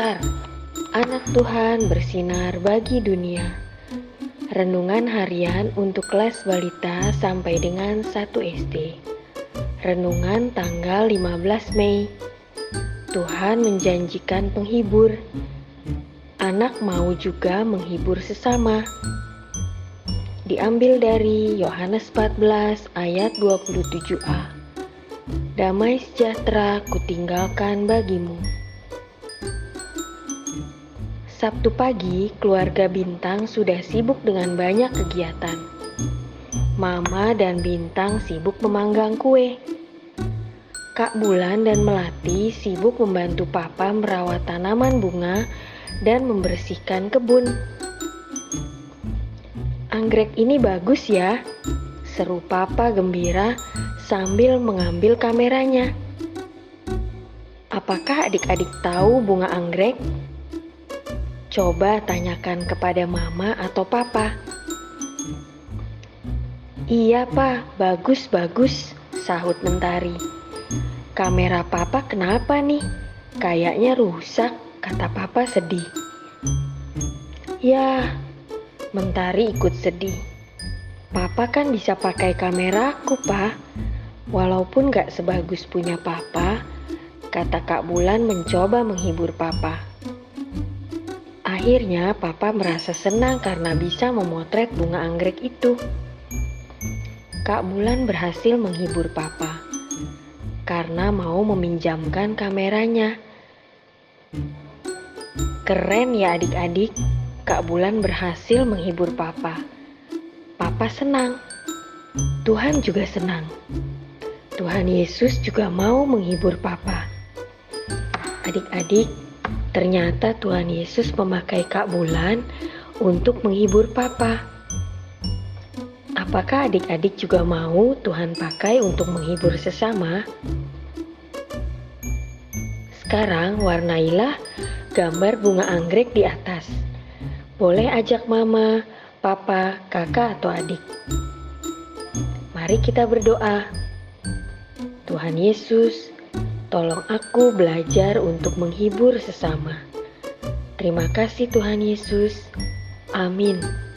besar, anak Tuhan bersinar bagi dunia. Renungan harian untuk kelas balita sampai dengan 1 SD. Renungan tanggal 15 Mei. Tuhan menjanjikan penghibur. Anak mau juga menghibur sesama. Diambil dari Yohanes 14 ayat 27a. Damai sejahtera kutinggalkan bagimu. Sabtu pagi, keluarga Bintang sudah sibuk dengan banyak kegiatan. Mama dan Bintang sibuk memanggang kue. Kak Bulan dan Melati sibuk membantu Papa merawat tanaman bunga dan membersihkan kebun. "Anggrek ini bagus ya," seru Papa gembira sambil mengambil kameranya. "Apakah adik-adik tahu bunga anggrek? Coba tanyakan kepada Mama atau Papa." "Iya, Pak, bagus-bagus," sahut Mentari. "Kamera Papa kenapa nih? Kayaknya rusak," kata Papa sedih. "Ya," Mentari ikut sedih. "Papa kan bisa pakai kameraku, Pak. Walaupun gak sebagus punya Papa," kata Kak Bulan mencoba menghibur Papa. Akhirnya Papa merasa senang karena bisa memotret bunga anggrek itu. Kak Bulan berhasil menghibur Papa karena mau meminjamkan kameranya. Keren ya adik-adik, Kak Bulan berhasil menghibur Papa. Papa senang, Tuhan juga senang. Tuhan Yesus juga mau menghibur Papa. Adik-adik, ternyata Tuhan Yesus memakai Kak Bulan untuk menghibur Papa. Apakah adik-adik juga mau Tuhan pakai untuk menghibur sesama? Sekarang warnailah gambar bunga anggrek di atas. Boleh ajak Mama, Papa, Kakak, atau adik. Mari kita berdoa. Tuhan Yesus, tolong aku belajar untuk menghibur sesama. Terima kasih Tuhan Yesus. Amin.